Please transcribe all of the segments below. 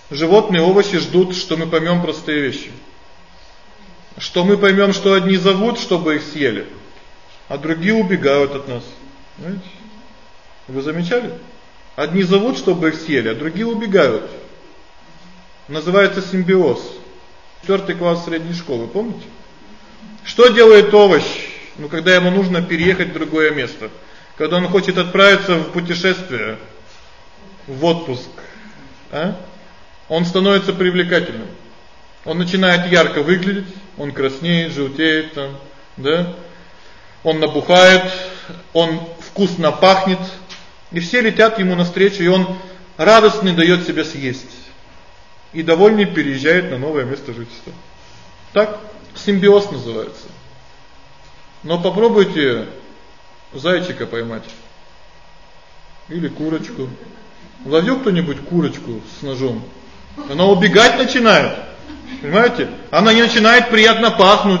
Животные, овощи ждут, что мы поймем простые вещи. Что мы поймем, что одни зовут, чтобы их съели, а другие убегают от нас. Знаете? Вы замечали? Одни зовут, чтобы их съели, а другие убегают. Называется симбиоз. 4 класс средней школы, помните? Что делает овощ, когда ему нужно переехать в другое место? Когда он хочет отправиться в путешествие, в отпуск, он становится привлекательным. Он начинает ярко выглядеть, он краснеет, желтеет там, да? Он набухает, он вкусно пахнет, и все летят ему навстречу, и он радостный дает себя съесть. И довольный переезжает на новое место жительства. Так симбиоз называется. Но попробуйте зайчика поймать или курочку. Ловил кто-нибудь курочку с ножом? Она убегать начинает. Понимаете? Она не начинает приятно пахнуть.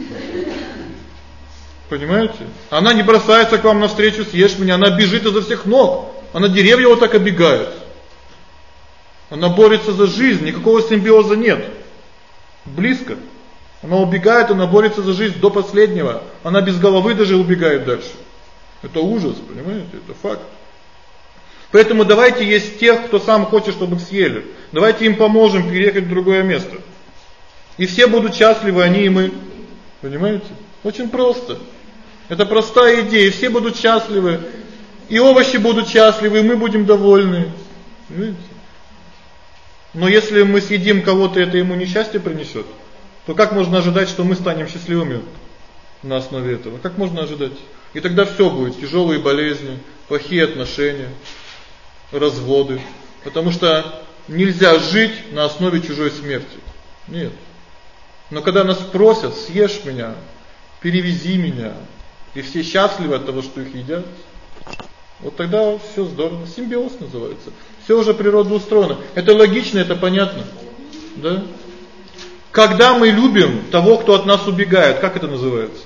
Понимаете? Она не бросается к вам навстречу, съешь меня, она бежит изо всех ног. Она деревья вот так оббегает. Она борется за жизнь, никакого симбиоза нет. Близко. Она убегает, она борется за жизнь до последнего. Она без головы даже убегает дальше. Это ужас, понимаете? Это факт. Поэтому давайте есть тех, кто сам хочет, чтобы их съели. Давайте им поможем переехать в другое место. И все будут счастливы, они и мы. Понимаете? Очень просто. Это простая идея, все будут счастливы. И овощи будут счастливы, и мы будем довольны. Понимаете? Но если мы съедим кого-то, это ему несчастье принесет, то как можно ожидать, что мы станем счастливыми на основе этого? Как можно ожидать? И тогда все будет: тяжелые болезни, плохие отношения, разводы. Потому что нельзя жить на основе чужой смерти. Нет. Но когда нас просят: съешь меня, перевези меня, и все счастливы от того, что их едят, вот тогда все здорово. Симбиоз называется. Все уже природа устроена. Это логично, это понятно. Да? Когда мы любим того, кто от нас убегает, как это называется?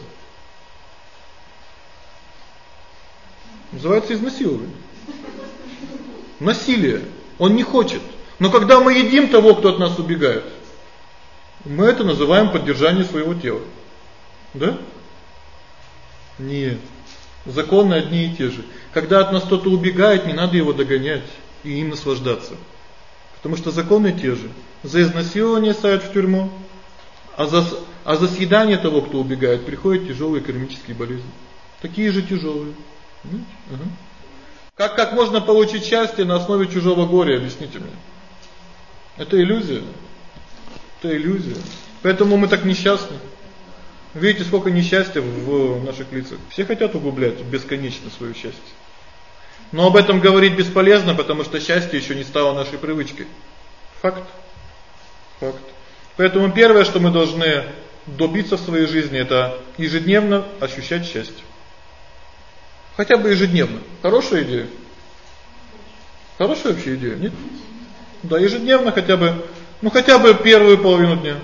Называется изнасилование. Насилие. Он не хочет. Но когда мы едим того, кто от нас убегает, мы это называем поддержание своего тела. Да? Нет. Законы одни и те же. Когда от нас кто-то убегает, не надо его догонять и им наслаждаться. Потому что законы те же. За изнасилование садят в тюрьму, а за съедание того, кто убегает, приходят тяжелые кармические болезни. Такие же тяжелые. Угу. Как можно получить счастье на основе чужого горя, объясните мне? Это иллюзия. Это иллюзия. Поэтому мы так несчастны. Видите, сколько несчастья в наших лицах. Все хотят углублять бесконечно свое счастье. Но об этом говорить бесполезно, потому что счастье еще не стало нашей привычкой. Факт. Факт. Поэтому первое, что мы должны добиться в своей жизни, это ежедневно ощущать счастье. Хотя бы ежедневно. Хорошая идея? Хорошая вообще идея, нет? Да, ежедневно хотя бы первую половину дня.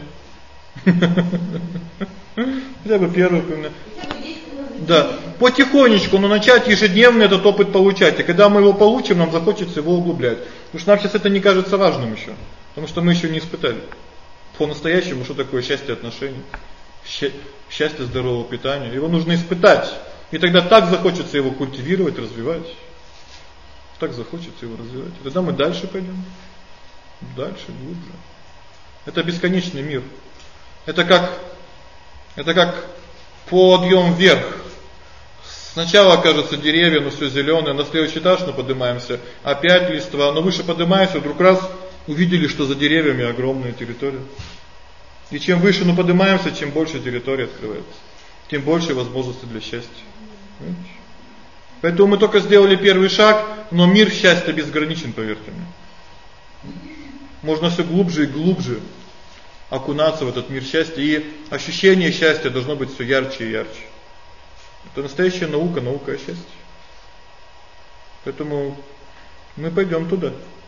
Хотя бы первую половину. Да, потихонечку, но начать ежедневно этот опыт получать. И когда мы его получим, нам захочется его углублять. Потому что нам сейчас это не кажется важным еще. Потому что мы еще не испытали по-настоящему, что такое счастье отношений, счастье здорового питания. Его нужно испытать. И тогда так захочется его культивировать, развивать. Так захочется его развивать. И тогда мы дальше пойдем. Дальше, глубже. Это бесконечный мир. Это как подъем вверх. Сначала кажется деревья, но все зеленое, на следующий этаж мы поднимаемся, опять листва, но выше поднимаемся, вдруг раз увидели, что за деревьями огромная территория. И чем выше мы поднимаемся, чем больше территория открывается, тем больше возможностей для счастья. Понимаете? Поэтому мы только сделали первый шаг, но мир счастья безграничен, поверьте мне. Можно все глубже и глубже окунаться в этот мир счастья, и ощущение счастья должно быть все ярче и ярче. Это настоящая наука о счастье. Поэтому мы пойдем туда.